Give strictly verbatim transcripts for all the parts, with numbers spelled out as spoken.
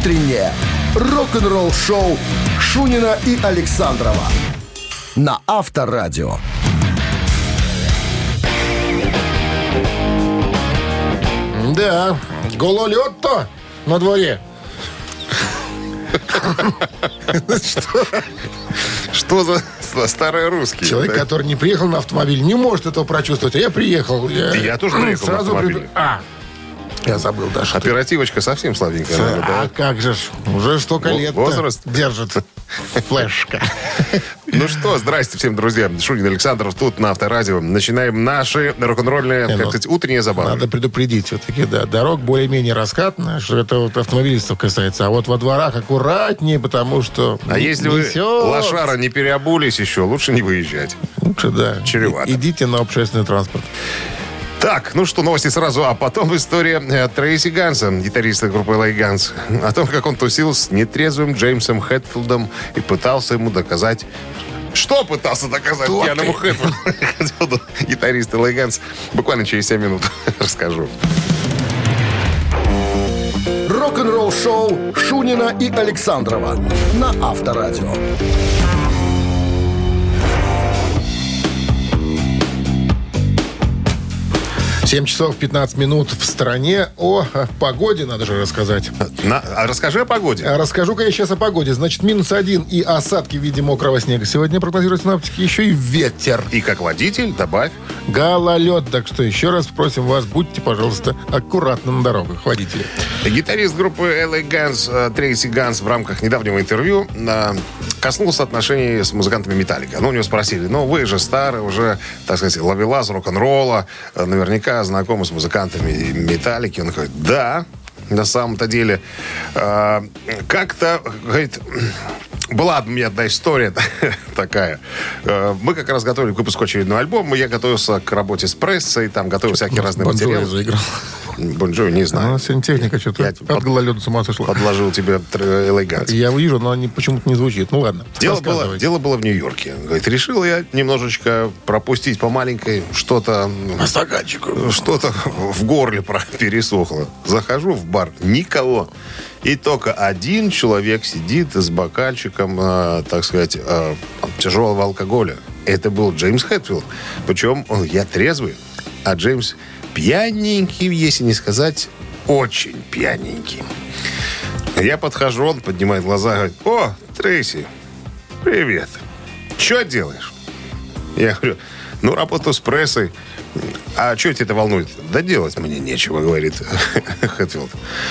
утреннее рок-н-ролл-шоу Шунина и Александрова на Авторадио. Да, гололед-то на дворе. Что за старые русские? Человек, который не приехал на автомобиле, не может этого прочувствовать. А я приехал. Я, я тоже приехал на автомобиле. При... А, я забыл даже. Оперативочка совсем слабенькая. А, наверное, да? как же ж, уже столько лет возраст держит флешка. Ну что, здрасте всем, друзья. Шунин Александров тут на Авторадио. Начинаем наши рок-н-ролльные, как сказать, утренние забавы. Надо предупредить все-таки, да. Дорог более-менее раскатная, что это вот автомобилистов касается. А вот во дворах аккуратнее, потому что А если несет. Вы, лошара, не переобулись еще, лучше не выезжать. Лучше, да. Чревато. И, идите на общественный транспорт. Так, ну что, новости сразу, а потом история Трейси Ганса, гитариста группы эл эй Guns, о том, как он тусил с нетрезвым Джеймсом Хэтфилдом и пытался ему доказать... Что пытался доказать Кто пьяному Хэтфилду? Гитарист эл эй Guns. Буквально через семь минут расскажу. Рок-н-ролл-шоу Шунина и Александрова на Авторадио. семь часов пятнадцать минут в стране. О погоде надо же рассказать. На, а расскажи о погоде. Расскажу-ка я сейчас о погоде. Значит, минус один и осадки в виде мокрого снега. Сегодня прогнозируют синоптики. Еще и ветер. И как водитель добавь. Гололед. Так что еще раз просим вас, будьте, пожалуйста, аккуратны на дорогах, водители. Гитарист группы эл эй Guns Трейси Ганс в рамках недавнего интервью коснулся отношений с музыкантами Металлика. Ну, у него спросили, ну, вы же старый, уже, так сказать, ловелас рок-н-ролла, наверняка знакомы с музыкантами Металлики. Он говорит, да, на самом-то деле. Э, как-то, говорит, была у меня одна история такая. Э, мы как раз готовили к выпуску очередной альбом, и я готовился к работе с прессой, там готовил всякие разные материалы. Заиграл. Бон Джови, не знаю. У нас сегодня техника что-то от под... гололеда с ума сошла. Подложил тебе эл эй Guns. Я вижу, но они почему-то не звучит. Ну ладно. Дело было, дело было в Нью-Йорке. Говорит, решил я немножечко пропустить по маленькой что-то... По стаканчику. Что-то в горле пересохло. Захожу в бар, никого. И только один человек сидит с бокальчиком, э, так сказать, э, тяжелого алкоголя. Это был Джеймс Хэтфилд. Причем он, я трезвый, а Джеймс пьяненький, если не сказать, очень пьяненький. Я подхожу, он поднимает глаза, говорит, о, Трейси, привет. Что делаешь? Я говорю, ну, работаю с прессой. А что тебя это волнует? Да делать мне нечего, говорит Хэтфилд.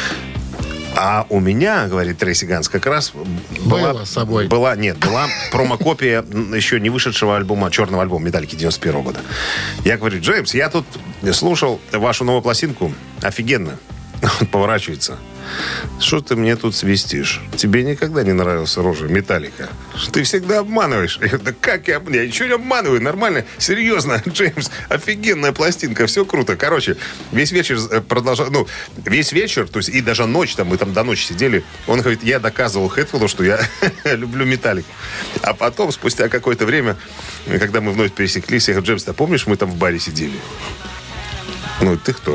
А у меня, говорит Трейси Ганс, как раз была, была с собой. Была, нет, была промокопия еще не вышедшего альбома, черного альбома Металлики девяносто первого года. Я говорю, Джеймс, я тут слушал вашу новую пластинку. Офигенно. Он поворачивается. Что ты мне тут свистишь? Тебе никогда не нравился рожа Металлика. Ты всегда обманываешь. Я говорю, да как я, я ничего не обманываю, нормально, серьезно, Джеймс, офигенная пластинка, все круто. Короче, весь вечер продолжал, ну, весь вечер, то есть и даже ночь, там, мы там до ночи сидели, он говорит, я доказывал Хэтфилду, что я люблю Металлик. А потом, спустя какое-то время, когда мы вновь пересеклись, я говорю, Джеймс, ты помнишь, мы там в баре сидели? Ну, ты кто?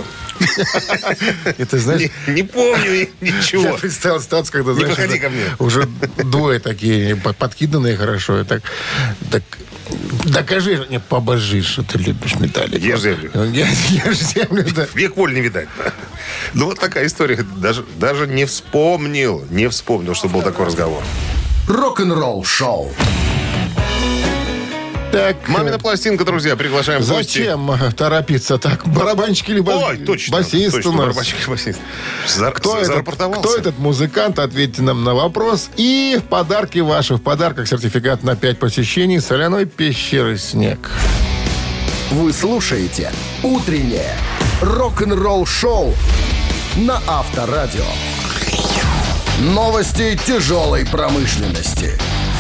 Это, знаешь, не, не помню ничего. Я представил ситуацию, когда, знаешь, не подходи ко мне. Уже двое такие подкиданные хорошо. Так, так докажи, не побожи, что ты любишь Металлику. Ешь землю. Ешь землю, да. Век воль не видать. Ну, вот такая история. Даже, даже не вспомнил, не вспомнил, что был такой разговор. Рок-н-ролл шоу. Так, мамина пластинка, друзья, приглашаем в гости. Зачем торопиться так? Барабанщик или бас... Ой, точно, басист точно, у нас? барабанщик и басист. Зар... Кто, этот, кто этот музыкант? Ответьте нам на вопрос. И подарки ваши. В подарках сертификат на пять посещений соляной пещеры «Снег». Вы слушаете «Утреннее рок-н-ролл-шоу» на Авторадио. Новости тяжелой промышленности.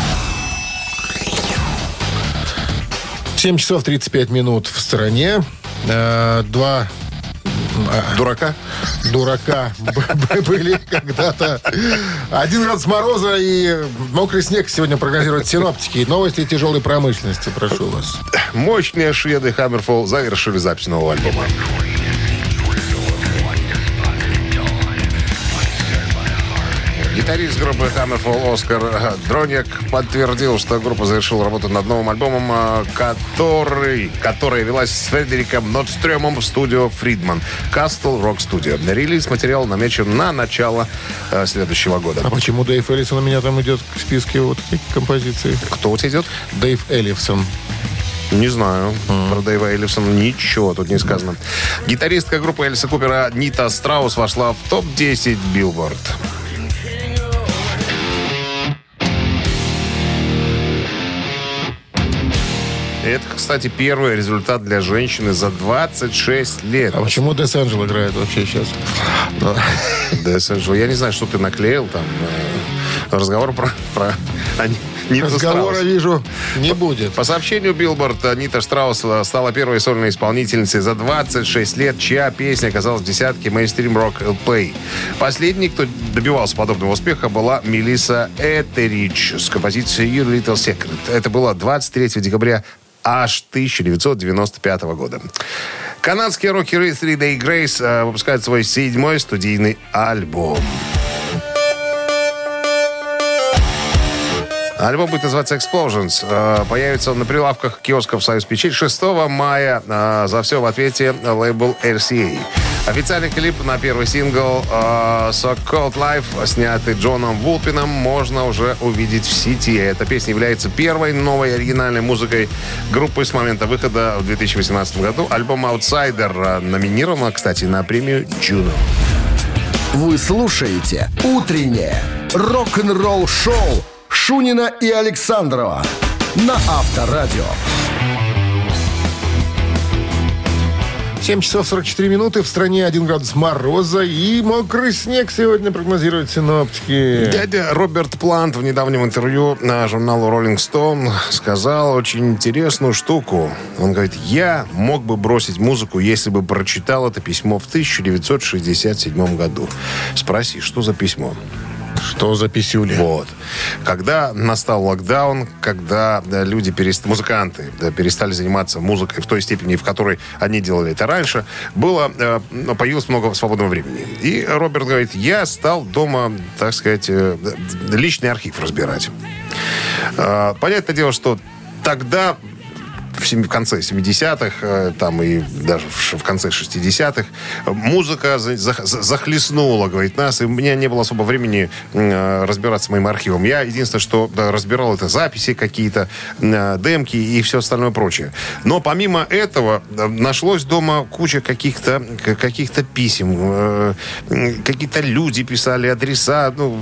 семь часов тридцать пять минут в стране. Э, два... Дурака? Дурака были когда-то. Один градус мороза и мокрый снег сегодня прогнозируют синоптики. Новости тяжелой промышленности. Прошу вас. Мощные шведы Hammerfall завершили запись нового альбома. Гитарист группы Hammerfall Оскар Дроняк подтвердил, что группа завершила работу над новым альбомом, который, которая велась с Фредериком Нордстрёмом в студию Friedman Castle Rock Studio. Релиз материала намечен на начало э, следующего года. А почему Дэйв Эллифсон у меня там идет в списке вот таких композиций? Кто у тебя идет? Дэйв Эллифсон. Не знаю. Mm. Про Дэйва Эллифсона ничего тут не сказано. Гитаристка группы Элиса Купера Нита Страус вошла в топ десять Billboard. Это, кстати, первый результат для женщины за двадцать шесть лет. А почему Дэс Энджел играет вообще сейчас? Дэс Энджел. Я не знаю, что ты наклеил там. Разговор про... про... Ниту Разговора, Страус. вижу, не будет. По сообщению Billboard, Нита Штраус стала первой сольной исполнительницей за двадцать шесть лет, чья песня оказалась в десятке Mainstream Rock эл пи. Последней, кто добивался подобного успеха, была Мелисса Этеридж с композицией Your Little Secret. Это было двадцать третьего декабря аж тысяча девятьсот девяносто пятого года. Канадские рокеры Three Day Grace э, выпускают свой седьмой студийный альбом. Альбом будет называться Explosions. Появится он на прилавках киосков «Союз Печей» шестого мая. За все в ответе лейбл эр си эй. Официальный клип на первый сингл «So Cold Life», снятый Джоном Вулпином, можно уже увидеть в сети. Эта песня является первой новой оригинальной музыкой группы с момента выхода в две тысячи восемнадцатом году. Альбом «Outsider» номинирован, кстати, на премию Juno. Вы слушаете «Утреннее рок-н-ролл-шоу» Шунина и Александрова на Авторадио. семь часов сорок четыре минуты. В стране один градус мороза и мокрый снег сегодня прогнозируют синоптики. Дядя Роберт Плант в недавнем интервью на журналу Rolling Stone сказал очень интересную штуку. Он говорит, я мог бы бросить музыку, если бы прочитал это письмо в тысяча девятьсот шестьдесят седьмом году. Спроси, что за письмо? Что за писюли? Вот. Когда настал локдаун, когда да, люди, перест... музыканты да, перестали заниматься музыкой в той степени, в которой они делали это раньше, было, э, появилось много свободного времени. И Роберт говорит, я стал дома, так сказать, э, личный архив разбирать. Э, понятное дело, что тогда... в конце семидесятых, там и даже в конце шестидесятых, музыка захлестнула, говорит, нас, и у меня не было особо времени разбираться с моим архивом. Я единственное, что разбирал, это записи какие-то, демки и все остальное прочее. Но помимо этого нашлось дома куча каких-то каких-то писем, какие-то люди писали адреса, ну,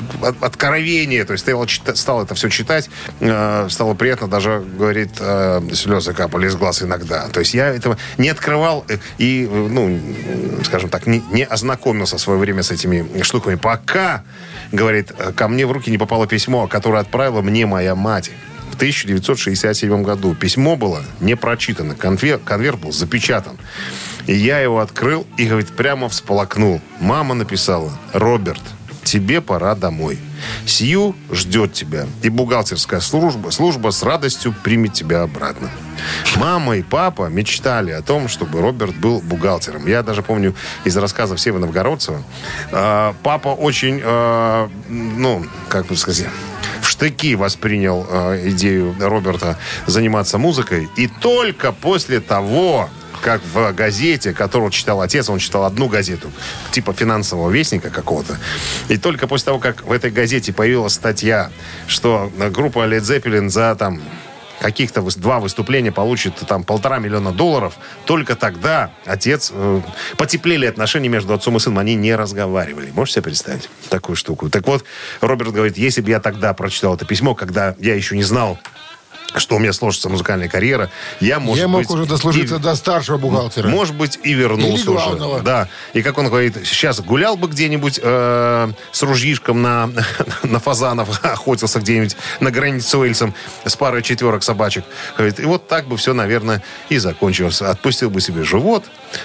откровения. То есть я стал это все читать, стало приятно, даже, говорит, слезы капали из глаз иногда. То есть я этого не открывал и, ну, скажем так, не, не ознакомился в свое время с этими штуками. Пока, говорит, ко мне в руки не попало письмо, которое отправила мне моя мать в тысяча девятьсот шестьдесят седьмом году. Письмо было не прочитано, конверт, конверт был запечатан. И я его открыл и, говорит, прямо всполокнул. Мама написала: Роберт, тебе пора домой. Сью ждет тебя, и бухгалтерская служба, служба с радостью примет тебя обратно. Мама и папа мечтали о том, чтобы Роберт был бухгалтером. Я даже помню из рассказов Севы Новгородцева, э, папа очень, э, ну, как бы сказать, в штыки воспринял э, идею Роберта заниматься музыкой. И только после того, как в газете, которую читал отец, он читал одну газету, типа финансового вестника какого-то. И только после того, как в этой газете появилась статья, что группа Led Zeppelin за там каких-то два выступления получит там полтора миллиона долларов, только тогда отец... Э, потеплели отношения между отцом и сыном. Они не разговаривали. Можете себе представить такую штуку? Так вот, Роберт говорит, если бы я тогда прочитал это письмо, когда я еще не знал, что у меня сложится музыкальная карьера, я, может я мог быть, уже дослужиться и, до старшего бухгалтера. Может быть, и вернулся Или главного. уже. Да. И как он говорит, сейчас гулял бы где-нибудь э, с ружьишком на, на фазанов, охотился где-нибудь на границе с Уэльсом с парой четверок собачек. Говорит, и вот так бы все, наверное, и закончилось. Отпустил бы себе живот,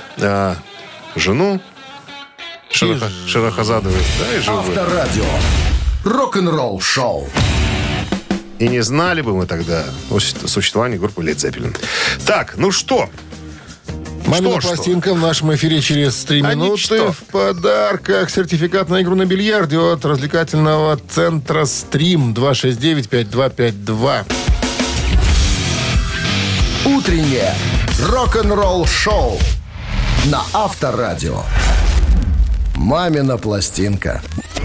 э, жену, широко, широкозадую, да, и живот. Авторадио. Рок-н-ролл шоу. И не знали бы мы тогда о существовании группы Led Zeppelin. Так, ну что? Мамина Что, пластинка в нашем эфире через три А минуты. ничто. В подарках сертификат на игру на бильярде от развлекательного центра «Стрим». два шесть девять пять два пять два. Утреннее рок-н-ролл-шоу на Авторадио. «Мамина пластинка».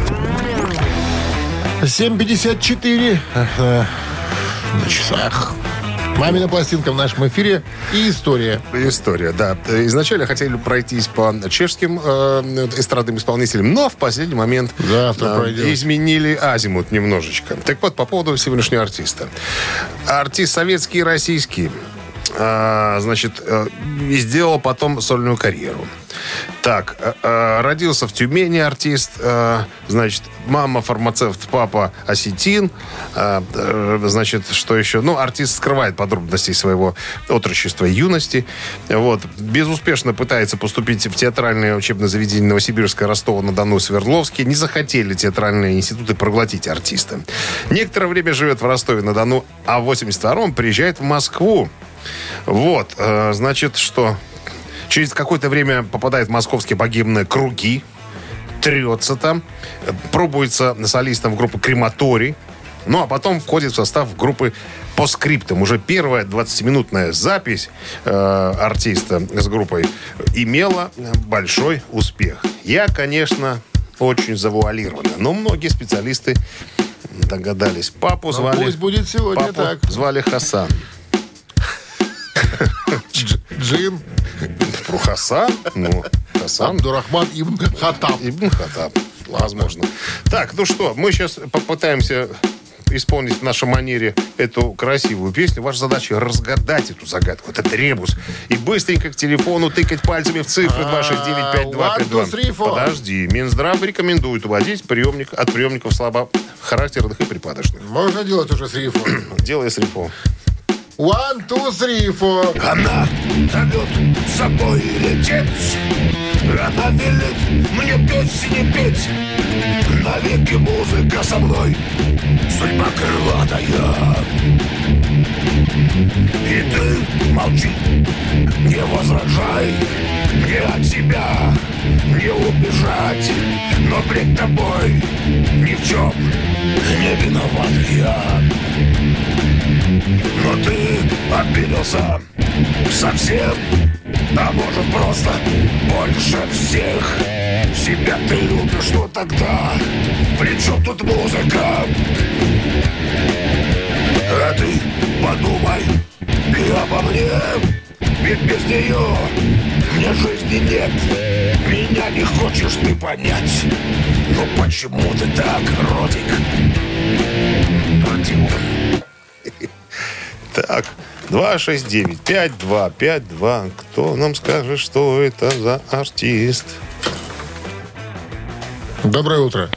семь пятьдесят четыре э, на часах. «Мамина пластинка» в нашем эфире и история. История, да. Изначально хотели пройтись по чешским э, эстрадным исполнителям, но в последний момент Завтра э, пройдем. изменили азимут немножечко. Так вот, по поводу сегодняшнего артиста. Артист советский и российский. А, значит, и сделал потом сольную карьеру. Так, а, родился в Тюмени артист. А, значит, мама фармацевт, папа осетин. А, а, значит, что еще? Ну, артист скрывает подробности своего отрочества и юности. Вот. Безуспешно пытается поступить в театральное учебное заведение Новосибирска, Ростова-на-Дону, Свердловске. Не захотели театральные институты проглотить артиста. Некоторое время живет в Ростове-на-Дону, а в восемьдесят втором приезжает в Москву. Вот, э, значит, что через какое-то время попадает в московские богемные круги, трется там, пробуется солистом в группу «Крематорий», ну, а потом входит в состав группы «По скриптам». Уже первая двадцатиминутная запись э, артиста с группой имела большой успех. Я, конечно, очень завуалирована, но многие специалисты догадались. Папу звали... Пусть будет сегодня папу так. звали Хасан. Джин. Про Хасан? Ну, Хасан. Абдурахман ибн Хаттаб. Ибн Хаттаб. Возможно. Так, ну что, мы сейчас попытаемся исполнить в нашей манере эту красивую песню. Ваша задача разгадать эту загадку, этот ребус. И быстренько к телефону тыкать пальцами в цифры два шесть девять пять два пять два. Подожди. Минздрав рекомендует уводить приемник от приемников слабохарактерных и припадочных. Можно делать уже с рифом. Делай с рифом. One, two, three, four. Она зовет с собой лететь. Она велит мне петь и не петь. Навеки музыка со мной. Судьба крылатая. И ты молчи, не возражай. Мне от тебя не убежать. Но пред тобой ни в чем не виноват я. Но ты обиделся совсем, а может просто больше всех. Себя ты любишь, но тогда при чем тут музыка? А ты подумай и обо мне, ведь без нее мне жизни нет. Меня не хочешь ты понять, но почему ты так, Родик? Родик. Так, два шесть девять пять два пять два. Кто нам скажет, что это за артист? Доброе утро.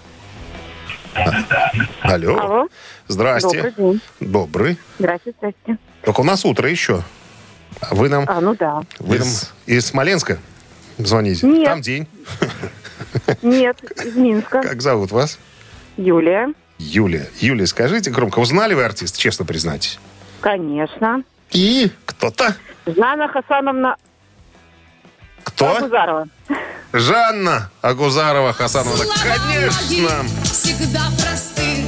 Алло. Алло. Здрасте. Добрый день. Добрый. Здравствуйте, здрасте. Только у нас утро еще. А Вы нам, А, ну да. вы нам Из- из Смоленска звоните? Нет. Там день. Нет, из Минска. Как зовут вас? Юлия. Юлия. Юлия, скажите громко, узнали вы артиста? Честно признайтесь. Конечно. И Кто-то? Жанна Хасановна Кто? Агузарова. Жанна Агузарова Хасановна. Конечно! Всегда просты.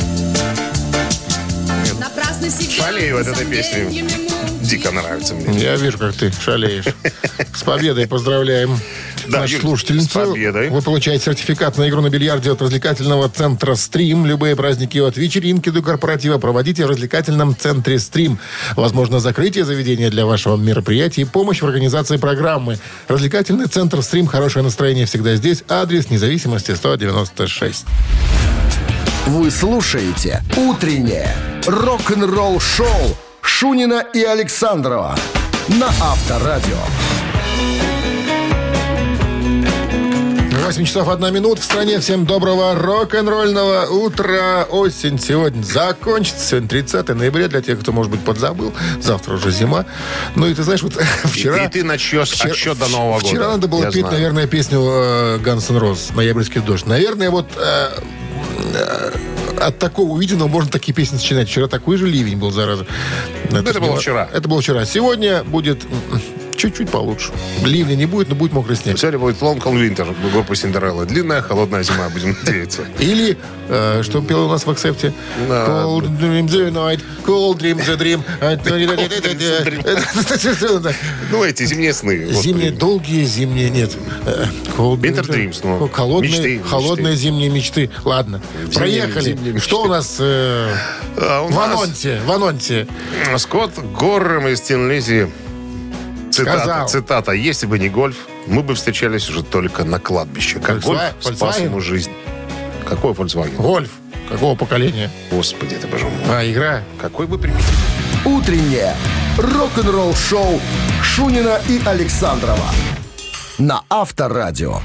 Напрасно себе Шалею от этой песни. сомнениями Дико нравится мне. я вижу, как ты шалеешь. С победой поздравляем Да, нашу Юль, слушательницу. с победой. Вы получаете сертификат на игру на бильярде от развлекательного центра «Стрим». Любые праздники от вечеринки до корпоратива проводите в развлекательном центре «Стрим». Возможно, закрытие заведения для вашего мероприятия и помощь в организации программы. Развлекательный центр «Стрим». Хорошее настроение всегда здесь. Адрес Независимости сто девяносто шесть. Вы слушаете «Утреннее рок-н-ролл-шоу» Шунина и Александрова на Авторадио. восемь часов одна минута в стране. Всем доброго рок-н-ролльного утра. Осень сегодня закончится. Сегодня тридцатое ноября. Для тех, кто, может быть, подзабыл. Завтра уже зима. Ну и ты знаешь, вот вчера... И, и ты начнешь вчера, отсчет до Нового года. Вчера надо было Я петь, знаю. наверное, песню э, Guns N' Roses «Ноябрьский дождь». Наверное, вот... э, э, от такого увиденного можно такие песни начинать. Вчера такой же ливень был, зараза. Это ж было не- вчера. Это было вчера. Сегодня будет... чуть-чуть получше. Ливня не будет, но будет мокрый снег. Сегодня будет Long Cold Winter группы Синдерелла. Длинная, холодная зима, будем надеяться. Или, э, что пел у нас в акцепте? Да. Cold dream the night, cold dream the dream. Ну, эти зимние сны. Зимние, долгие зимние, нет. Cold Winter dreams, ну, холодные, мечты, холодные мечты. зимние мечты. Ладно, Зимние- проехали. зимние мечты. Что у нас э, А у в нас анонсе? В анонсе. Скотт Горрем из Тин-Лизи. Цитата, Сказал. цитата. «Если бы не гольф, мы бы встречались уже только на кладбище. Как гольф Volkswagen? спас ему жизнь». Какой Volkswagen? Гольф. Какого поколения? Господи, это боже мой. А, игра. Какой бы пример. Утреннее рок-н-ролл-шоу Шунина и Александрова на Авторадио.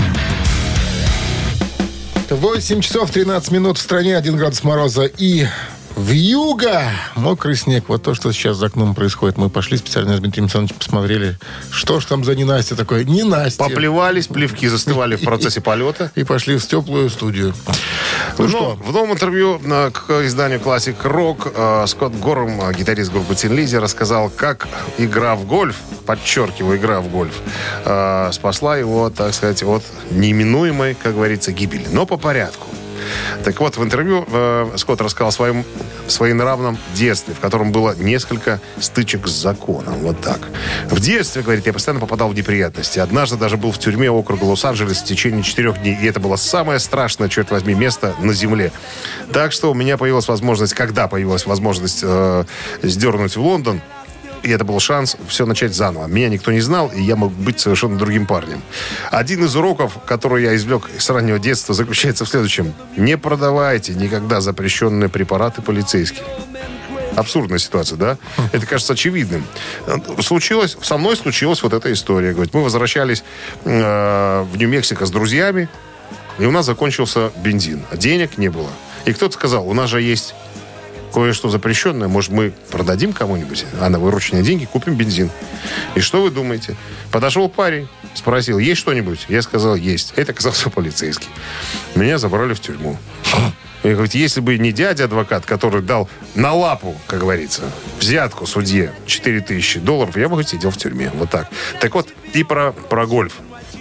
восемь часов тринадцать минут в стране, один градус мороза и вьюга. Мокрый снег. Вот то, что сейчас за окном происходит. Мы пошли специально с Дмитрием Александровичем, посмотрели, что ж там за ненастье такое. Ненастье. Поплевались, плевки застывали в процессе полета. И пошли в теплую студию. Ну Но что? в новом интервью э, к изданию Classic Rock э, Скотт Горрем, э, гитарист группы Тин-Лизи, рассказал, как игра в гольф, подчеркиваю, игра в гольф, э, спасла его, так сказать, от неименуемой, как говорится, гибели. Но по порядку. Так вот, в интервью э, Скотт рассказал о своем своенравном детстве, в котором было несколько стычек с законом. Вот так. В детстве, говорит, я постоянно попадал в неприятности. Однажды даже был в тюрьме округа Лос-Анджелес в течение четырех дней. И это было самое страшное, черт возьми, место на земле. Так что у меня появилась возможность, когда появилась возможность э, сдернуть в Лондон, и это был шанс все начать заново. Меня никто не знал, и я мог быть совершенно другим парнем. Один из уроков, который я извлек с раннего детства, заключается в следующем. Не продавайте никогда запрещенные препараты полицейским. Абсурдная ситуация, да? Это кажется очевидным. Случилось, со мной случилась вот эта история. Говорит, мы возвращались э, в Нью-Мексико с друзьями, и у нас закончился бензин. Денег не было. И кто-то сказал, у нас же есть кое-что запрещенное, может, мы продадим кому-нибудь, а на вырученные деньги купим бензин. И что вы думаете? Подошел парень, спросил, есть что-нибудь? Я сказал, есть. Это оказался полицейский. Меня забрали в тюрьму. И говорит, если бы не дядя-адвокат, который дал на лапу, как говорится, взятку судье четыре тысячи долларов, я бы хоть сидел в тюрьме. Вот так. Так вот, и про, про гольф.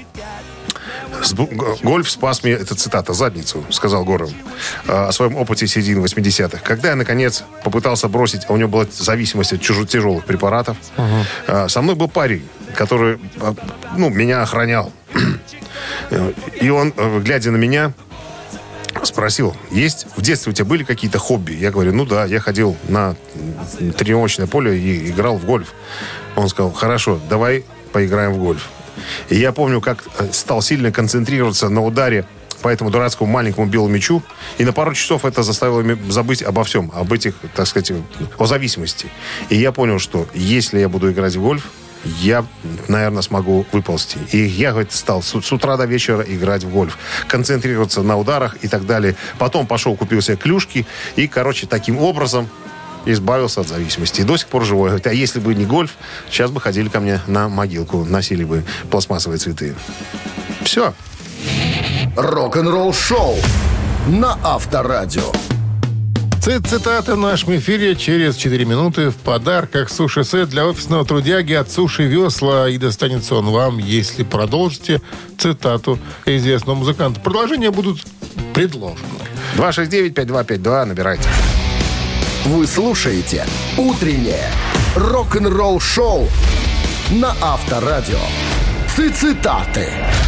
«Гольф спас мне», это цитата, «задницу», сказал Горрем о своем опыте середины восьмидесятых. Когда я, наконец, попытался бросить, а у него была зависимость от чужих тяжелых препаратов, uh-huh. со мной был парень, который, ну, меня охранял. И он, глядя на меня, спросил, есть в детстве у тебя были какие-то хобби? Я говорю, ну да, я ходил на тренировочное поле и играл в гольф. Он сказал, хорошо, давай поиграем в гольф. И я помню, как стал сильно концентрироваться на ударе по этому дурацкому маленькому белому мячу. И на пару часов это заставило меня забыть обо всем, об этих, так сказать, о зависимости. И я понял, что если я буду играть в гольф, я, наверное, смогу выползти. И я, говорит, стал с, с утра до вечера играть в гольф. Концентрироваться на ударах и так далее. Потом пошел, купил себе клюшки. И, короче, таким образом избавился от зависимости. И до сих пор живой. Говорит, а если бы не гольф, сейчас бы ходили ко мне на могилку, носили бы пластмассовые цветы. Все. Рок-н-ролл-шоу на Авторадио. Цитата в нашем эфире через четыре минуты. В подарках суши-сет для офисного трудяги от Суши Весла. И достанется он вам, если продолжите цитату известного музыканта. Продолжения будут предложены. два шесть девять пять два пять два. Набирайте. Вы слушаете «Утреннее рок-н-ролл-шоу» на Авторадио. Цитаты.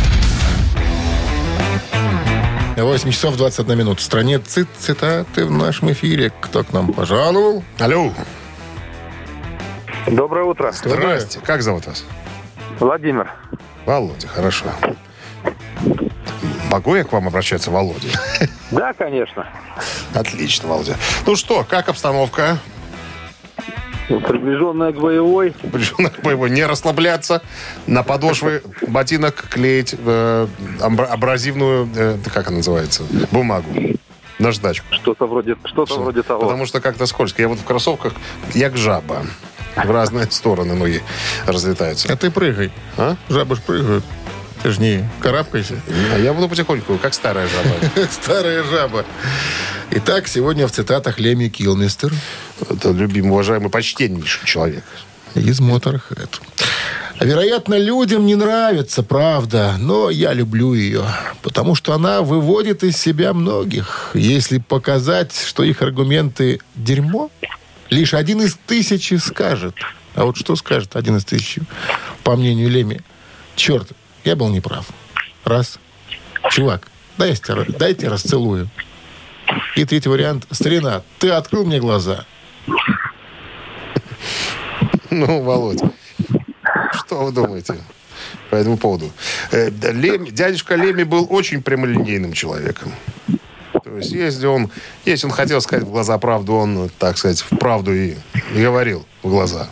восемь часов двадцать одна минута. В стране цит цитаты в нашем эфире. Кто к нам пожаловал? Алло. Доброе утро. Здрасте. Как зовут вас? Владимир. Володя, хорошо. Могу я к вам обращаться, Володя? Да, конечно. Отлично, Володя. Ну что, как обстановка? Приближенная к боевой. Приближенная к боевой. Не расслабляться. На подошвы ботинок клеить э, абразивную, э, как она называется, бумагу. Наждачку. Что-то вроде, что-то Что? вроде того. Потому что как-то скользко. Я вот в кроссовках, як жаба. В разные стороны ноги разлетаются. А ты прыгай. А? Жабы ж прыгают. Ты ж не карабкайся. А я буду потихоньку, как старая жаба. Старая жаба. Итак, сегодня в цитатах Лемми Килмистер. Это любимый, уважаемый, почтеннейший человек. Из Motorhead. Вероятно, людям не нравится, правда, но я люблю ее, потому что она выводит из себя многих. Если показать, что их аргументы дерьмо, лишь один из тысячи скажет. А вот что скажет один из тысячи, по мнению Леми? Черт, я был неправ. Раз. Чувак, дай я тебя, дай я тебя расцелую. И третий вариант. Старина, ты открыл мне глаза. Ну, Володь, что вы думаете по этому поводу? Э, Леми, дядюшка Леми был очень прямолинейным человеком. То есть, если он, если он хотел сказать в глаза правду, он, так сказать, в правду и, и говорил в глаза.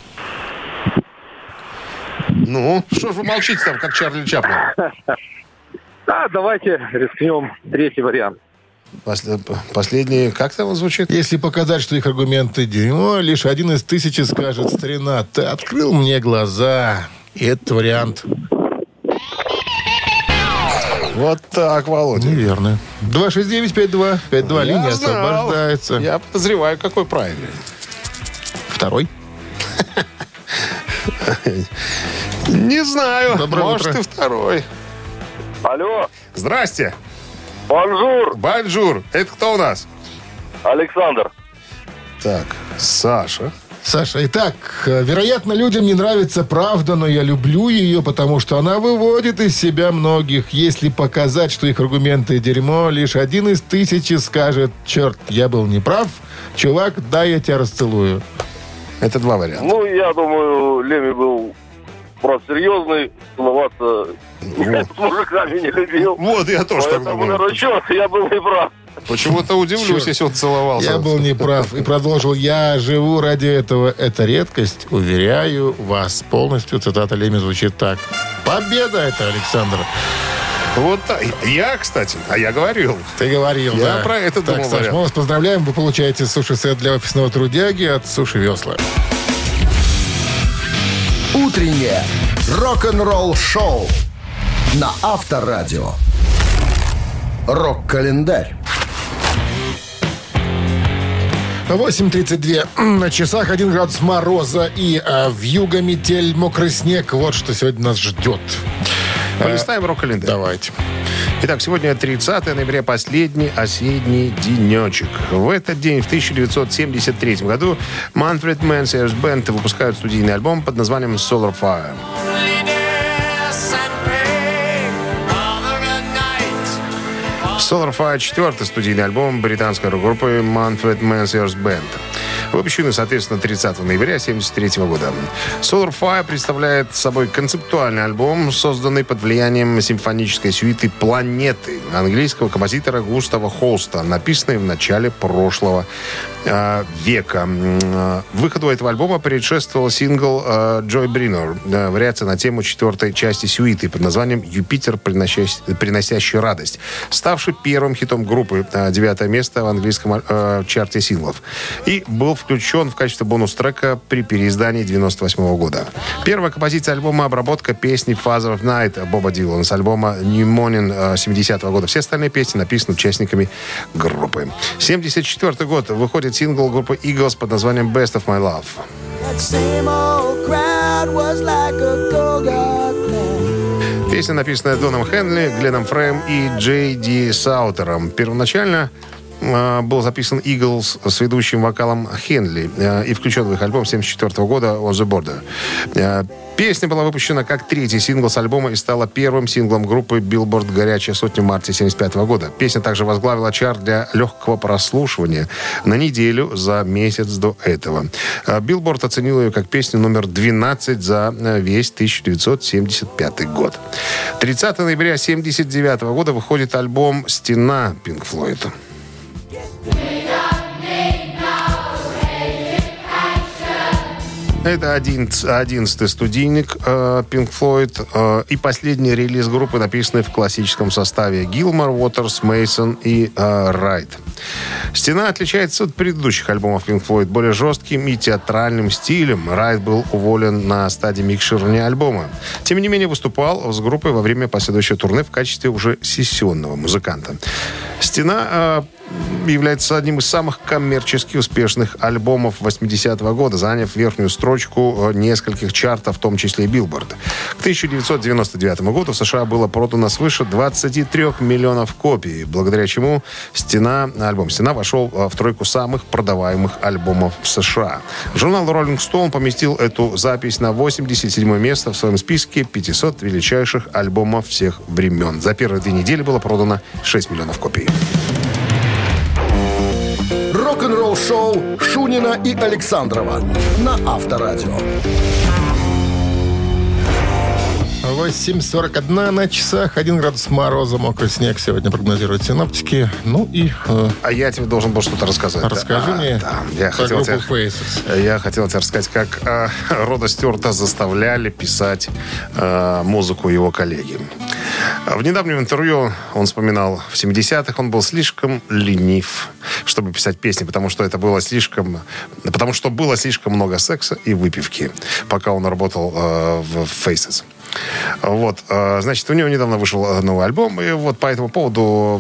Ну, что ж вы молчите там, как Чарли Чаплин? А, давайте рискнем. Третий вариант. После, последний, как там он звучит? Если показать, что их аргументы дерьмо, лишь один из тысячи скажет: старина, ты открыл мне глаза. И этот вариант. Вот так, Володя. Неверно. два шесть девять пять два пять два. Я Линия знал. освобождается. Я подозреваю, какой правильный. Второй. Не знаю. Доброе Может, утро. и второй. Алло, Здрасте. бонжур, Бонжур. Это кто у нас? Александр. Так, Саша. Саша, итак, э, вероятно, людям не нравится правда, но я люблю ее, потому что она выводит из себя многих. Если показать, что их аргументы дерьмо, лишь один из тысячи скажет: черт, я был неправ, чувак, дай я тебя расцелую. Это два варианта. Ну, я думаю, Леми был просто серьезный, целоваться с мужиками не любил. Вот, я тоже так Поэтому, думаю. наверное, черт, я был неправ. Почему-то удивлюсь, Черт. если он целовался. Я был неправ и продолжил: я живу ради этого, это редкость, уверяю вас полностью. Цитата Леми звучит так: победа это, Александр. Вот так. Я, кстати, а я говорил. Ты говорил, Я да. про это так, думал, Саш, вариант. мы вас поздравляем. Вы получаете суши-сет для офисного трудяги от Суши Весла. Утреннее рок-н-ролл-шоу на Авторадио. Рок-календарь. восемь тридцать два на часах, один градус мороза и а, вьюга, метель, мокрый снег. Вот что сегодня нас ждет. Полистаем рок-календарь. Давайте. Итак, сегодня тридцатое ноября, последний осенний денечек. В этот день, в тысяча девятьсот семьдесят третьем году, Manfred Mann's Earth Band выпускают студийный альбом под названием Solar Fire. Solar Fire — четвертый студийный альбом британской рок-группы Manfred Mann's Earth Band. Выпущены, соответственно, тридцатого ноября семьдесят третьего года. Solar Fire представляет собой концептуальный альбом, созданный под влиянием симфонической сюиты «Планеты» английского композитора Густава Холста, написанной в начале прошлого э, века. Э, выходу этого альбома предшествовал сингл э, «Joy Bringer», э, вариация на тему четвертой части сюиты под названием «Юпитер, приносящий, приносящий радость», ставший первым хитом группы, э, девятое место в английском э, чарте синглов. И был включен в качестве бонус-трека при переиздании девяносто восьмого года. Первая композиция альбома — обработка песни «Father of Night» Боба Дилана с альбома «New Morning» семидесятого года. Все остальные песни написаны участниками группы. семьдесят четвёртый год. Выходит сингл группы Eagles под названием «Best of My Love». Песня, написанная Доном Хенли, Гленном Фрейм и Джей Ди Саутером. Первоначально был записан Eagles с ведущим вокалом Хенли и включен в их альбом семьдесят четвёртого года «On the Border». Песня была выпущена как третий сингл с альбома и стала первым синглом группы Billboard «Горячая сотня» в марте семьдесят пятого года. Песня также возглавила чарт для легкого прослушивания на неделю за месяц до этого. Billboard оценил ее как песню номер двенадцать за весь тысяча девятьсот семьдесят пятый год. тридцатого ноября семьдесят девятого года выходит альбом «Стена» Pink Floyd. Это одиннадцатый студийник э, Pink Floyd э, и последний релиз группы, написанный в классическом составе: Гилмор, Уотерс, Мейсон и э, Райт. «Стена» отличается от предыдущих альбомов Pink Floyd более жестким и театральным стилем. Райт был уволен на стадии микширования альбома. Тем не менее, выступал с группой во время последующего турне в качестве уже сессионного музыканта. «Стена» э, является одним из самых коммерчески успешных альбомов восьмидесятого года, заняв верхнюю строчку нескольких чартов, в том числе и Billboard. К тысяча девятьсот девяносто девятому году в США было продано свыше двадцати трёх миллионов копий, благодаря чему «Стена», альбом «Стена» вошел в тройку самых продаваемых альбомов в США. Журнал Rolling Stone поместил эту запись на восемьдесят седьмое место в своем списке пятисот величайших альбомов всех времен. За первые две недели было продано шесть миллионов копий. Рок-н-ролл-шоу Шунина и Александрова на Авторадио. восемь сорок один на часах, один градус мороза, мокрый снег сегодня прогнозируют синоптики. Ну и... Э, а я тебе должен был что-то рассказать. Расскажи да? мне а, да. я про хотел группу тебе, Faces. Я хотел тебе рассказать, как э, Рода Стюарта заставляли писать э, музыку его коллеги. В недавнем интервью он вспоминал, в семидесятых он был слишком ленив, чтобы писать песни, потому что это было слишком... Потому что было слишком много секса и выпивки, пока он работал э, в Faces. Вот, значит, у него недавно вышел новый альбом, и вот по этому поводу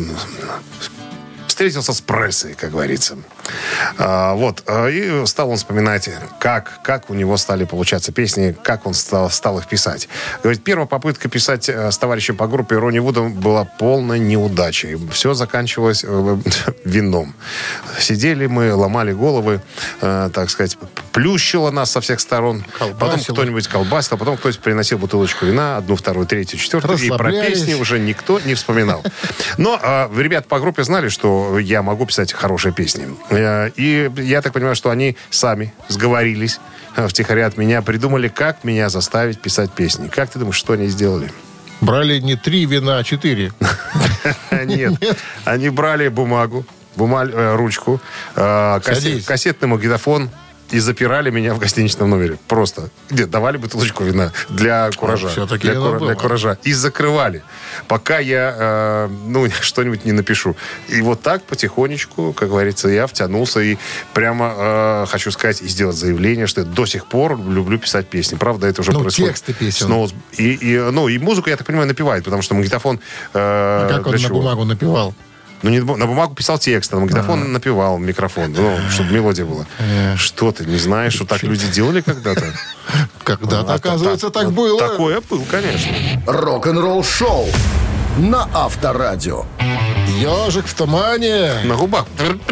встретился с прессой, как говорится. Вот, и стал он вспоминать, как, как у него стали получаться песни, как он стал, стал их писать. Говорит, первая попытка писать с товарищем по группе Ронни Вудом была полной неудачей. Все заканчивалось вином. Сидели мы, ломали головы, так сказать, плющило нас со всех сторон. Колбасило. Потом кто-нибудь колбасил, потом кто-нибудь приносил бутылочку вина, одну, вторую, третью, четвертую, и про песни уже никто не вспоминал. Но э, ребята по группе знали, что я могу писать хорошие песни. Э, и я так понимаю, что они сами сговорились э, втихаря от меня, придумали, как меня заставить писать песни. Как ты думаешь, что они сделали? Брали не три вина, а четыре. Нет, они брали бумагу, ручку, кассетный магнитофон, и запирали меня в гостиничном номере. Просто. Где? Давали бутылочку вина для куража. А, все-таки для, кура, для куража. И закрывали. Пока я, э, ну, что-нибудь не напишу. И вот так потихонечку, как говорится, я втянулся. И прямо э, хочу сказать и сделать заявление, что я до сих пор люблю писать песни. Правда, это уже ну, происходит. Тексты песен. Снова, и, и, ну, и музыку, я так понимаю, напевает, потому что магнитофон... Э, а как он чего? на бумагу напевал? Ну, не, на бумагу писал текст, а на магнитофон А-а-а. напевал в микрофон, ну, чтобы мелодия была. А-а-а. Что ты, не знаешь, что так люди делали когда-то? Когда-то, оказывается, так было. Такое было, конечно. Рок-н-ролл-шоу на Авторадио. Ежик в тумане. На губах.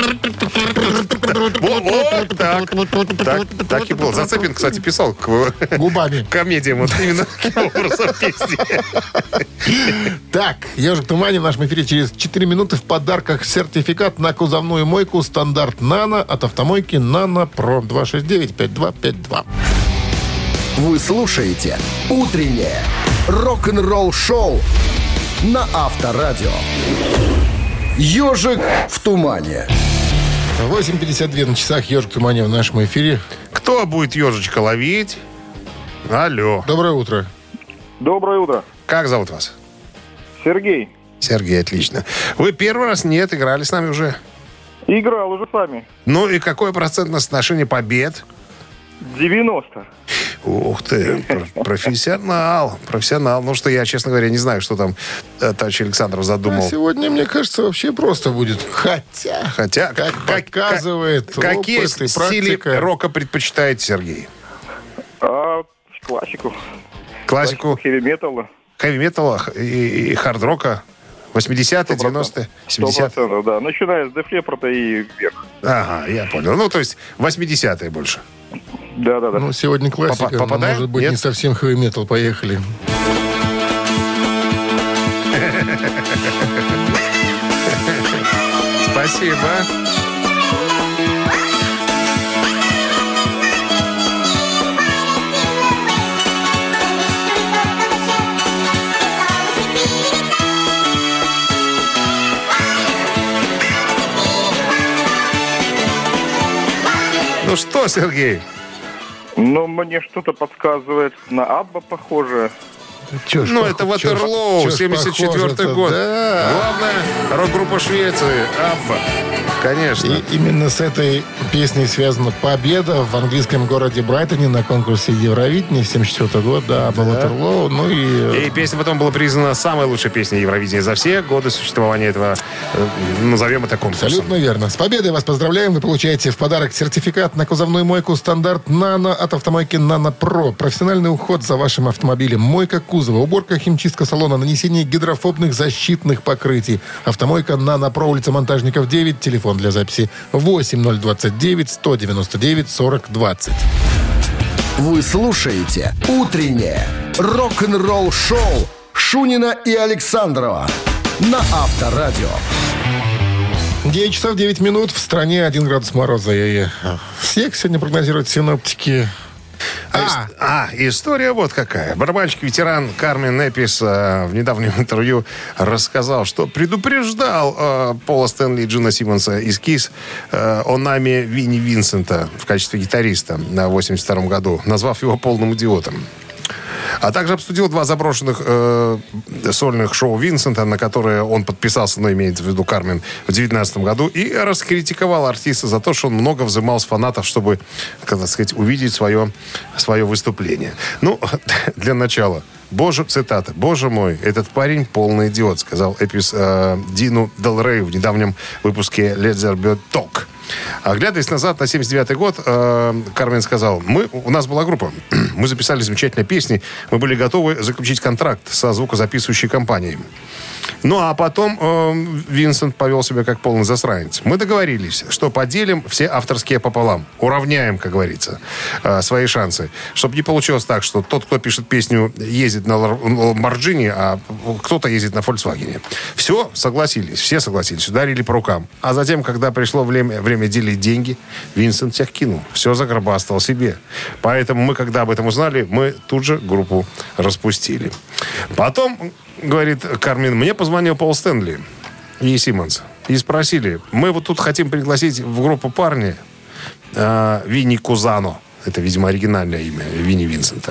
Вот так. Так и было. Зацепин, кстати, писал к губами комедиям вот именно таким образом песни. Так, «Ежик в тумане» в нашем эфире через четыре минуты. В подарках сертификат на кузовную мойку стандарт «Нано» от автомойки «Нано Про». два шесть девять пять два пять два. Вы слушаете «Утреннее рок-н-ролл-шоу» на Авторадио. «Ежик в тумане». восемь пятьдесят два на часах. «Ежик в тумане» в нашем эфире. Кто будет ежичка ловить? Алло. Доброе утро. Доброе утро. Как зовут вас? Сергей. Сергей, отлично. Вы первый раз нет, играли с нами уже? Играл уже с вами. Ну и какое процентное соотношение побед? девяносто. Ух ты, профессионал, профессионал. Ну что, я, честно говоря, не знаю, что там товарищ Александров задумал. А сегодня, мне кажется, вообще просто будет. Хотя, Хотя как, как показывает как, какие опыт и стили практика. рока предпочитаете, Сергей? А, классику. Классику? Хэви-металла. Хэви-металла и, и хард-рока? восьмидесятые, девяностые, семидесятые? сто процентов, да. Начиная с Def Leppard и вверх. Ага, я понял. Ну, то есть восьмидесятые больше. Да, да, да. Ну, сегодня классика, но, может быть, Нет? не совсем хэви-метал. Поехали. Спасибо. Ну что, Сергей? Ну, мне что-то подсказывает. На Абба похоже. Чё ж ну, пох... это Ватерлоу, семьдесят четвёртый год. Да. Главная рок-группа Швеции, Абба. Конечно. И именно с этой песней связана победа в английском городе Брайтоне на конкурсе Евровидения семьдесят четвёртого года, да, Абба, Ватерлоу. Ну и... И песня потом была признана самой лучшей песней Евровидения за все годы существования этого э, назовем это конкурсом. Абсолютно верно. С победой вас поздравляем. Вы получаете в подарок сертификат на кузовную мойку стандарт «Нано» от автомойки «Нано Про». Профессиональный уход за вашим автомобилем. Мойка кузова, уборка, химчистка салона, нанесение гидрофобных защитных покрытий. Автомойка «Нано Про», улица Монтажников, девять. Телефон для записи восемь ноль двадцать девять сто девяносто девять сорок двадцать. Вы слушаете «Утреннее рок-н-ролл-шоу» Шунина и Александрова на Авторадио. девять часов девять минут. В стране один градус мороза. И всех сегодня прогнозируют синоптики. А, ис- а, история вот какая. Барабанщик-ветеран Кармен Эпис э, в недавнем интервью рассказал, что предупреждал э, Пола Стэнли и Джина Симмонса из Кис э, о наме Винни Винсента в качестве гитариста на восемьдесят втором году, назвав его полным идиотом. А также обсудил два заброшенных э, сольных шоу Винсента, на которые он подписался, но имеется в виду Кармен, в девятнадцатом году, и раскритиковал артиста за то, что он много взымал с фанатов, чтобы, как сказать, увидеть свое, свое выступление. Ну, для начала. Боже, цитата. «Боже мой, этот парень полный идиот», сказал Эпис э, Дину Дел Рею в недавнем выпуске Let There Be Talk. Оглядываясь назад на семьдесят девятый год, э, Кармен сказал: мы, у нас была группа, мы записали замечательные песни, мы были готовы заключить контракт со звукозаписывающей компанией. Ну, а потом э, Винсент повел себя как полный засранец. Мы договорились, что поделим все авторские пополам. Уравняем, как говорится, э, свои шансы. Чтобы не получилось так, что тот, кто пишет песню, ездит на Ламборджини, а кто-то ездит на Фольксвагене. Все, согласились, все согласились, ударили по рукам. А затем, когда пришло время, время делить деньги, Винсент всех кинул. Все загробастал себе. Поэтому мы, когда об этом узнали, мы тут же группу распустили. Потом, говорит Кармен, мне позвонил Пол Стэнли и Симмонс и спросили: мы вот тут хотим пригласить в группу парня э, Винни Кузано. Это, видимо, оригинальное имя Винни Винсента.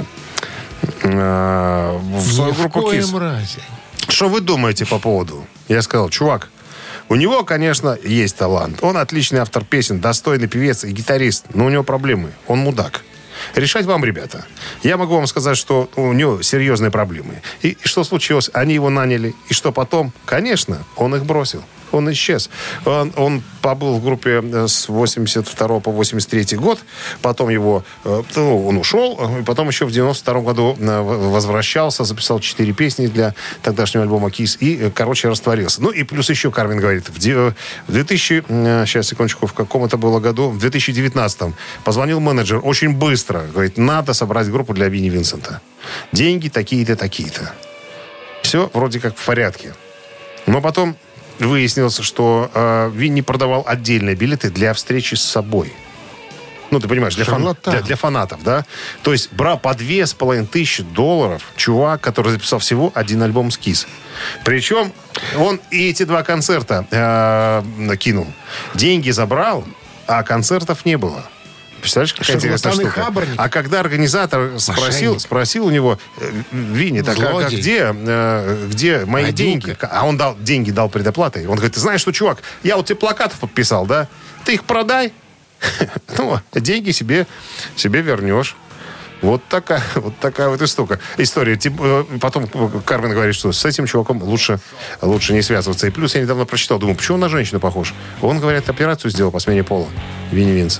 Э, в свою Ни в группу коем Кис. разе. Что вы думаете по поводу? Я сказал: чувак, у него, конечно, есть талант. Он отличный автор песен, достойный певец и гитарист. Но у него проблемы. Он мудак. Решать вам, ребята. Я могу вам сказать, что у него серьезные проблемы. И, и что случилось? Они его наняли. И что потом? Конечно, он их бросил. Он исчез. Он, он побыл в группе с восемьдесят второго по восемьдесят третий год. Потом его... Ну, он ушел. И потом еще в девяносто втором году возвращался. Записал четыре песни для тогдашнего альбома «Кис». И, короче, растворился. Ну и плюс еще Кармен говорит. В две тысячи... Сейчас, секундочку. В каком это было году? В две тысячи девятнадцатом позвонил менеджер очень быстро. Говорит, надо собрать группу для Винни Винсента. Деньги такие-то, такие-то. Все вроде как в порядке. Но потом выяснилось, что э, Винни продавал отдельные билеты для встречи с собой. Ну, ты понимаешь, для, фан... для, для фанатов, да? То есть брал по две с половиной тысячи долларов чувак, который записал всего один альбом с Кис. Причем он и эти два концерта э, кинул. Деньги забрал, а концертов не было. Представляешь, какая интересная штука. А когда организатор спросил, спросил у него: Винни, так а, а где, э, где мои деньги? А он дал деньги, дал предоплатой. Он говорит: ты знаешь что, чувак, я вот тебе плакатов подписал, да? Ты их продай, ну, деньги себе, себе вернешь. Вот такая, вот такая вот история. история. Потом Кармен говорит, что с этим чуваком лучше, лучше не связываться. И плюс я недавно прочитал, думаю, почему он на женщину похож? Он, говорят, операцию сделал по смене пола. Винни Винсент.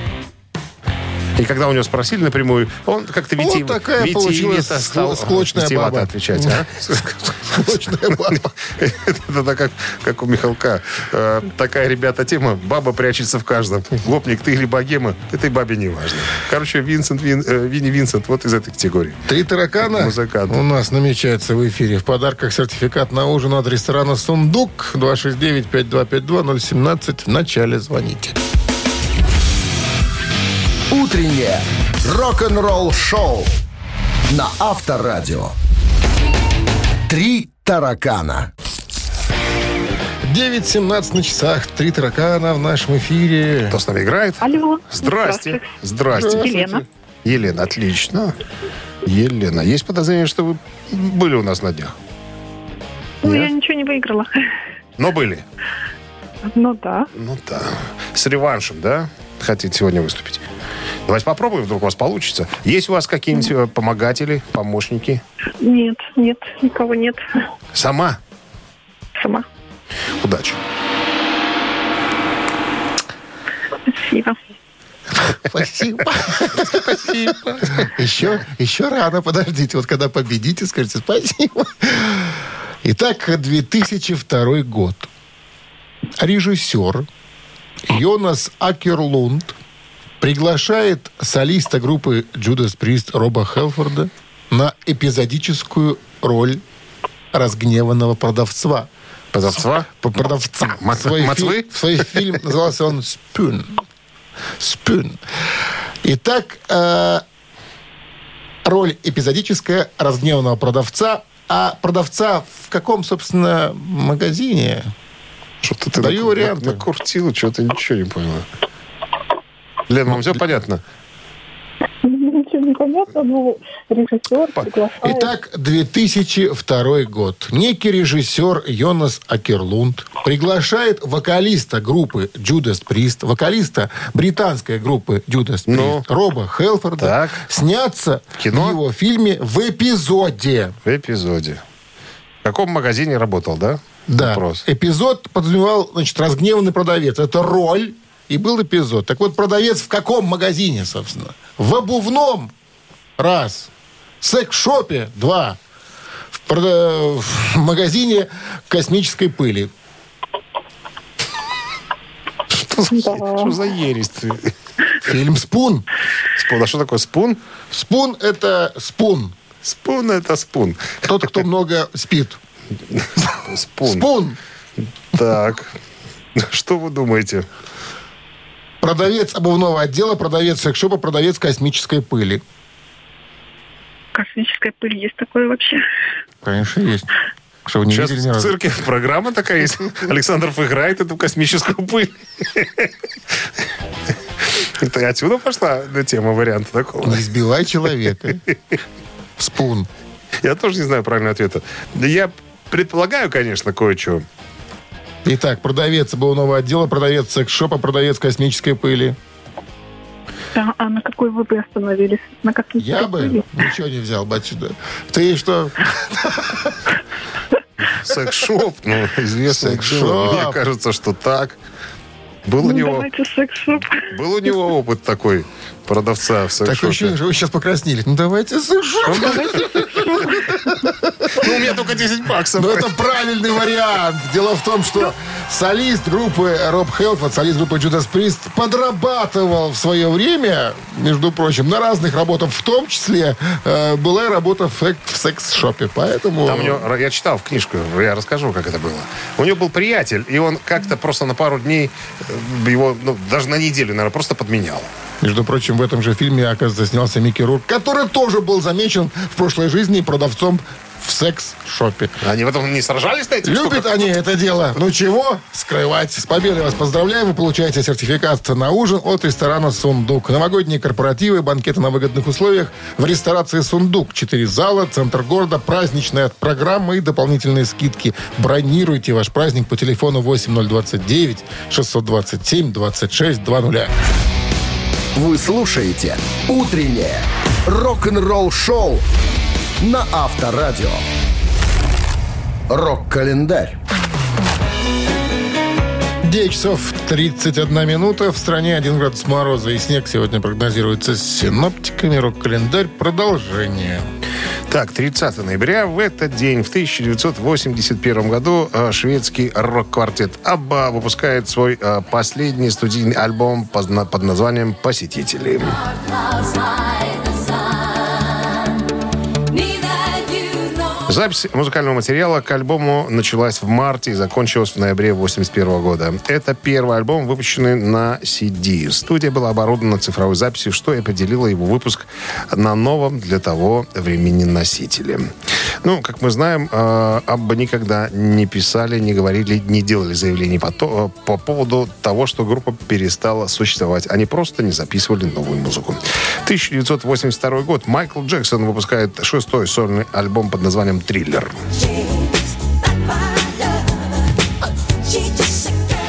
И когда у него спросили напрямую, он как-то вити... Вот такая получилась стал склочная баба. отвечать. А? Склочная баба. Это как, как у Михалка. Э, такая, ребята, тема. Баба прячется в каждом. Гопник ты или богема, этой бабе не важно. Короче, Винсент, Вин, э, Винни Винсент вот из этой категории. Три таракана Музыкант. у нас намечается в эфире. В подарках сертификат на ужин от ресторана «Сундук». два шесть девять пять два пять два ноль семнадцать. В начале звоните. Утреннее рок-н-ролл-шоу на Авторадио. Три таракана. девять семнадцать на часах. Три таракана в нашем эфире. Кто с нами играет? Алло. Здрасте. Здрасте. Елена. Елена, отлично. Елена, есть подозрение, что вы были у нас на днях? Ну, Нет? я ничего не выиграла. Но были. Ну, да. Ну да. С реваншем, да? Хотите сегодня выступить? Давайте попробуем, вдруг у вас получится. Есть у вас какие-нибудь помогатели, помощники? Нет, нет, никого нет. Сама? Сама. Удачи. Спасибо. Спасибо. Спасибо. Еще, еще рано, подождите. Вот когда победите, скажите спасибо. Итак, две тысячи второй год. Режиссер Йонас Акерлунд приглашает солиста группы Judas Priest Роба Хелфорда на эпизодическую роль разгневанного продавца. Продавца? Продавца. М- Свой Мацвы? фи- свой фильм назывался он «Спюн». «Спюн». Итак, э, роль эпизодическая разгневанного продавца. А продавца в каком, собственно, магазине? Что-то ты Даю нак- варианты. накрутила, что-то ничего не поняла. Лен, вам все понятно? Ничего не понятно, но режиссер приглашает. Итак, две тысячи второй год. Некий режиссер Йонас Акерлунд приглашает вокалиста группы Judas Priest, вокалиста британской группы Judas Priest, Ну? Роба Хелфорда, Так. сняться В кино? в его фильме в эпизоде. В эпизоде. В каком магазине работал, да? Да. Вопрос. Эпизод подразумевал, значит, разгневанный продавец. Это роль, и был эпизод. Так вот, продавец в каком магазине, собственно? В обувном. Раз. В секс-шопе. Два. В, прода- в магазине космической пыли. Что за, что за ересь ты? Фильм «Спун». Спун. А что такое спун? Спун – это спун. Спун — это спун. Тот, кто много спит. Спун. Спун. Так. Что вы думаете? Продавец обувного отдела, продавец секс-шопа, продавец космической пыли. Космическая пыль есть такое вообще? Конечно, есть. Что вы не Сейчас видели ни в разу? цирке программа такая есть. Александров играет эту космическую пыль. Это отсюда пошла тема варианта такого? Не избивай человека. Спун. Я тоже не знаю правильного ответа. Да я предполагаю, конечно, кое-что. Итак, продавец обувного отдела, продавец секс-шопа, продавец космической пыли. Да, а на какой вы бы остановились? На каких Я бы ничего не взял бы отсюда. Ты что? Секс-шоп, ну, известно. Секс-шоп. Мне кажется, что так. Был у Ну, него, давайте секс-шоп. был у него опыт такой продавца в Такое ощущение, секс-шопе. что вы сейчас покраснели. Ну, давайте секс-шоп. Ну, у меня только десять баксов. Ну, это правильный вариант. Дело в том, что солист группы Роб Хелфорд, солист группы Judas Priest, подрабатывал в свое время, между прочим, на разных работах, в том числе э, была и работа в, сек- в секс-шопе. Поэтому... Там у него, я читал в книжку, я расскажу, как это было. У него был приятель, и он как-то просто на пару дней э, его, ну, даже на неделю, наверное, просто подменял. Между прочим, в этом же фильме, оказывается, снялся Микки Рурк, который тоже был замечен в прошлой жизни продавцом в секс-шопе. Они в этом не сражались на этих Любят штуках? они это дело. Ну чего скрывать. С победой вас поздравляю. Вы получаете сертификат на ужин от ресторана «Сундук». Новогодние корпоративы, банкеты на выгодных условиях в ресторации «Сундук». Четыре зала, центр города, праздничная программа и дополнительные скидки. Бронируйте ваш праздник по телефону восемь ноль двадцать девять шестьсот двадцать семь двадцать шесть двадцать. Вы слушаете «Утреннее рок-н-ролл-шоу» на Авторадио. Рок-календарь. девять часов тридцать одна минута. В стране один градус мороза и снег сегодня прогнозируется с синоптиками. Рок-календарь. Продолжение. Так, тридцатого ноября в этот день, в тысяча девятьсот восемьдесят первом году, э, шведский рок-квартет Абба выпускает свой э, последний студийный альбом под, на- под названием «Посетители». Запись музыкального материала к альбому началась в марте и закончилась в ноябре восемьдесят первого года. Это первый альбом, выпущенный на си ди. Студия была оборудована цифровой записью, что и определило его выпуск на новом для того времени носителе. Ну, как мы знаем, э, Абба никогда не писали, не говорили, не делали заявлений по, то, по поводу того, что группа перестала существовать. Они просто не записывали новую музыку. тысяча девятьсот восемьдесят второй год. Майкл Джексон выпускает шестой сольный альбом под названием «Триллер».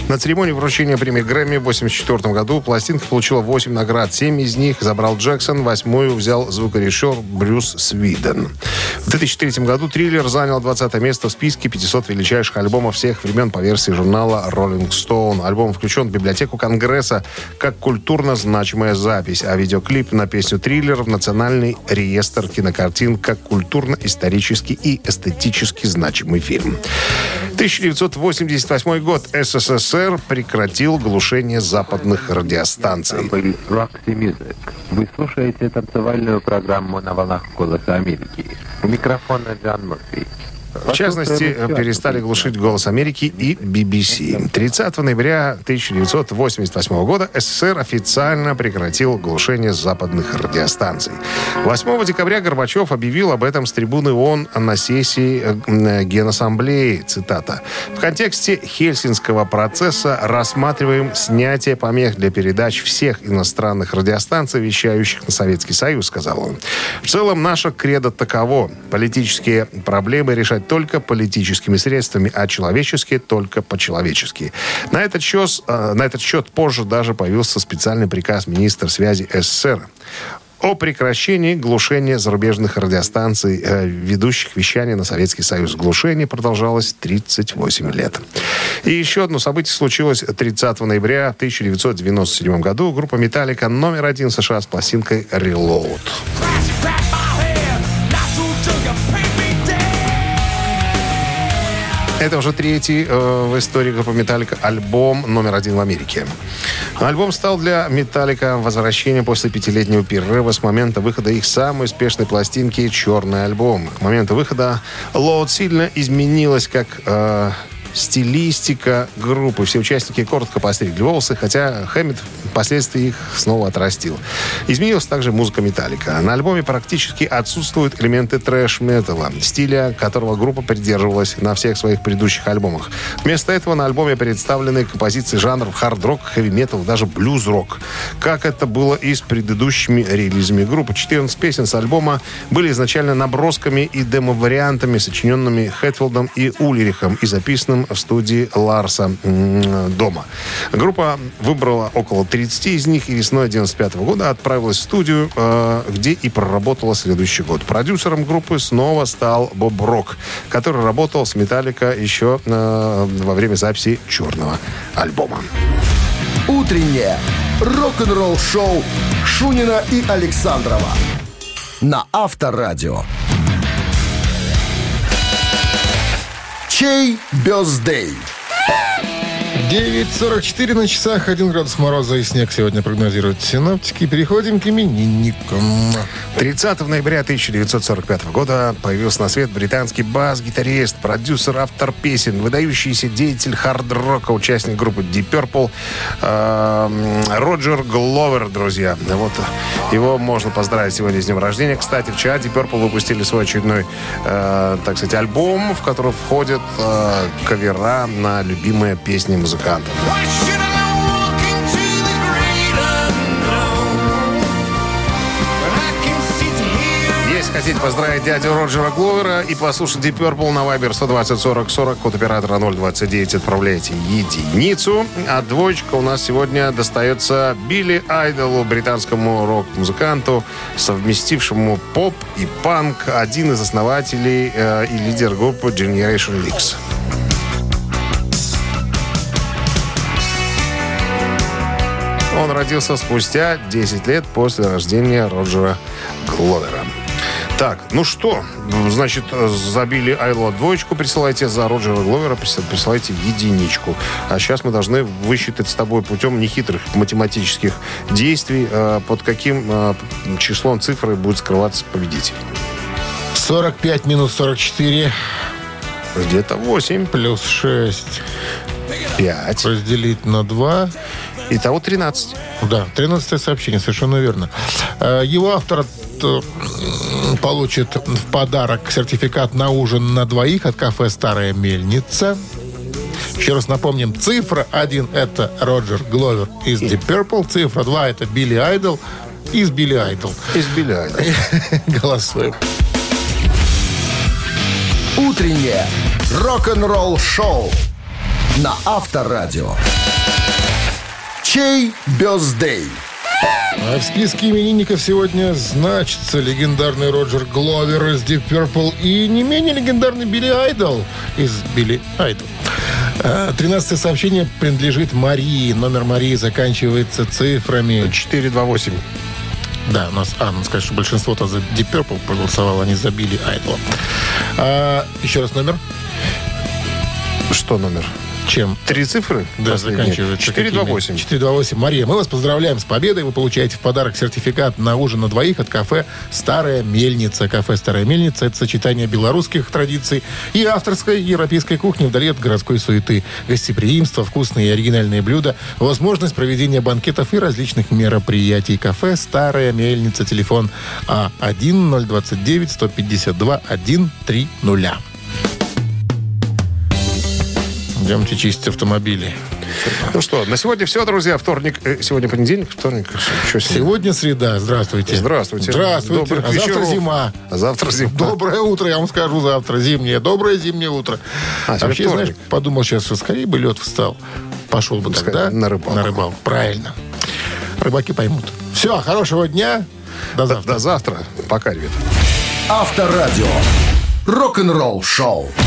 На церемонии вручения премии Грэмми в восемьдесят четвёртом году пластинка получила восемь наград. Семь из них забрал Джексон, восьмую взял звукорежиссер Брюс Свиден. В две тысячи третьем году «Триллер» занял двадцатое место в списке пятисот величайших альбомов всех времен по версии журнала Rolling Stone. Альбом включен в библиотеку Конгресса как культурно значимая запись, а видеоклип на песню «Триллер» в Национальный реестр кинокартин как культурно-исторически и эстетически значимый фильм. тысяча девятьсот восемьдесят восьмой год. СССР прекратил глушение западных радиостанций. Roxy Music. Вы слушаете танцевальную программу на волнах «Голоса Америки». У микрофона Джон Мурфи. В частности, перестали глушить «Голос Америки» и би би си. тридцатого ноября тысяча девятьсот восемьдесят восьмого года СССР официально прекратил глушение западных радиостанций. восьмого декабря Горбачев объявил об этом с трибуны ООН на сессии Генассамблеи. Цитата. «В контексте Хельсинского процесса рассматриваем снятие помех для передач всех иностранных радиостанций, вещающих на Советский Союз», сказал он. «В целом, наше кредо таково. Политические проблемы решать только политическими средствами, а человеческие только по-человечески». На этот счет, на этот счет позже даже появился специальный приказ министра связи СССР о прекращении глушения зарубежных радиостанций, ведущих вещание на Советский Союз. Глушение продолжалось тридцать восемь лет. И еще одно событие случилось тридцатого ноября тысяча девятьсот девяносто седьмого году. Группа «Металлика» номер один США с пластинкой «Reload». Это уже третий э, в истории группы «Металлика» альбом номер один в Америке. Альбом стал для «Металлика» возвращением после пятилетнего перерыва с момента выхода их самой успешной пластинки «Черный альбом». К моменту выхода «Load» сильно изменилась как... Э, стилистика группы. Все участники коротко постригли волосы, хотя Хэммит впоследствии их снова отрастил. Изменилась также музыка «Металлика». На альбоме практически отсутствуют элементы трэш-металла, стиля которого группа придерживалась на всех своих предыдущих альбомах. Вместо этого на альбоме представлены композиции жанров хард-рок, хэви-метал, даже блюз-рок. Как это было и с предыдущими релизами группы. четырнадцать песен с альбома были изначально набросками и демо-вариантами, сочиненными Хэтфилдом и Ульрихом и записанным в студии Ларса дома. Группа выбрала около тридцати из них и весной девяносто пятого года отправилась в студию, где и проработала следующий год. Продюсером группы снова стал Боб Рок, который работал с «Металлика» еще во время записи «Черного альбома». Утреннее рок-н-ролл-шоу Шунина и Александрова на Авторадио. Чей бёздей? девять сорок четыре на часах, один градус мороза и снег сегодня прогнозируют синоптики. Переходим к именинникам. тридцатого ноября тысяча девятьсот сорок пятого года появился на свет британский бас-гитарист, продюсер, автор песен, выдающийся деятель хард-рока, участник группы Deep Purple э, Роджер Гловер, друзья. Вот его можно поздравить сегодня с днем рождения. Кстати, вчера Deep Purple выпустили свой очередной, э, так сказать, альбом, в который входят э, кавера на любимые песни музыкантов. Если хотите поздравить дядю Роджера Гловера и послушать Deep Purple, на Viber сто двадцать сорок сорок, код оператора ноль двадцать девять, отправляйте единицу. А двоечка у нас сегодня достается Билли Айдолу, британскому рок-музыканту, совместившему поп и панк, один из основателей э, и лидер группы Generation X. Он родился спустя десять лет после рождения Роджера Гловера. Так, ну что, значит, за Билли Айдола двоечку присылайте, за Роджера Гловера присылайте единичку. А сейчас мы должны высчитать с тобой путем нехитрых математических действий, под каким числом цифры будет скрываться победитель. сорок пять минус сорок четыре. Где-то восемь. Плюс шесть. пять. Разделить на два. Итого тринадцать. Да, тринадцатое сообщение, совершенно верно. Его автор получит в подарок сертификат на ужин на двоих от кафе «Старая мельница». Еще раз напомним, цифра один – это Роджер Гловер из Deep Purple, цифра два – это Билли Айдол из Билли Айдол. Из Билли Айдол. Голосуем. Утреннее рок-н-ролл-шоу на Авторадио. Чей бёздей? А в списке именинников сегодня значится легендарный Роджер Гловер из Deep Purple и не менее легендарный Билли Айдол из Билли Айдол. Тринадцатое сообщение принадлежит Марии. Номер Марии заканчивается цифрами четыре два восемь. Да, у нас, а, надо сказать, что большинство-то за Deep Purple проголосовало, а не за Билли Айдола. А, еще раз номер. Что номер? Чем? Три цифры? Да, заканчивается. четыре два восемь. четыре два восемь. Мария, мы вас поздравляем с победой. Вы получаете в подарок сертификат на ужин на двоих от кафе «Старая мельница». Кафе «Старая мельница» — это сочетание белорусских традиций и авторской европейской кухни вдали от городской суеты. Гостеприимство, вкусные и оригинальные блюда, возможность проведения банкетов и различных мероприятий. Кафе «Старая мельница». Телефон А один ноль двадцать девять сто пятьдесят два сто тридцать. Идемте чистить автомобили. Ну что, на сегодня все, друзья. Вторник. Э, сегодня понедельник, вторник. Что сегодня? Сегодня среда. Здравствуйте. Здравствуйте. Здравствуйте. Добрых А завтра вечеров. зима. А завтра зима. Доброе утро, я вам скажу завтра. Зимнее. Доброе зимнее утро. А, вообще, вторник. знаешь, подумал сейчас, что скорее бы лед встал. Пошел бы тогда на рыбалку. На рыбалку. Правильно. Рыбаки поймут. Все, хорошего дня. До завтра. До завтра. Пока, ребята. Авторадио. Рок-н-ролл шоу.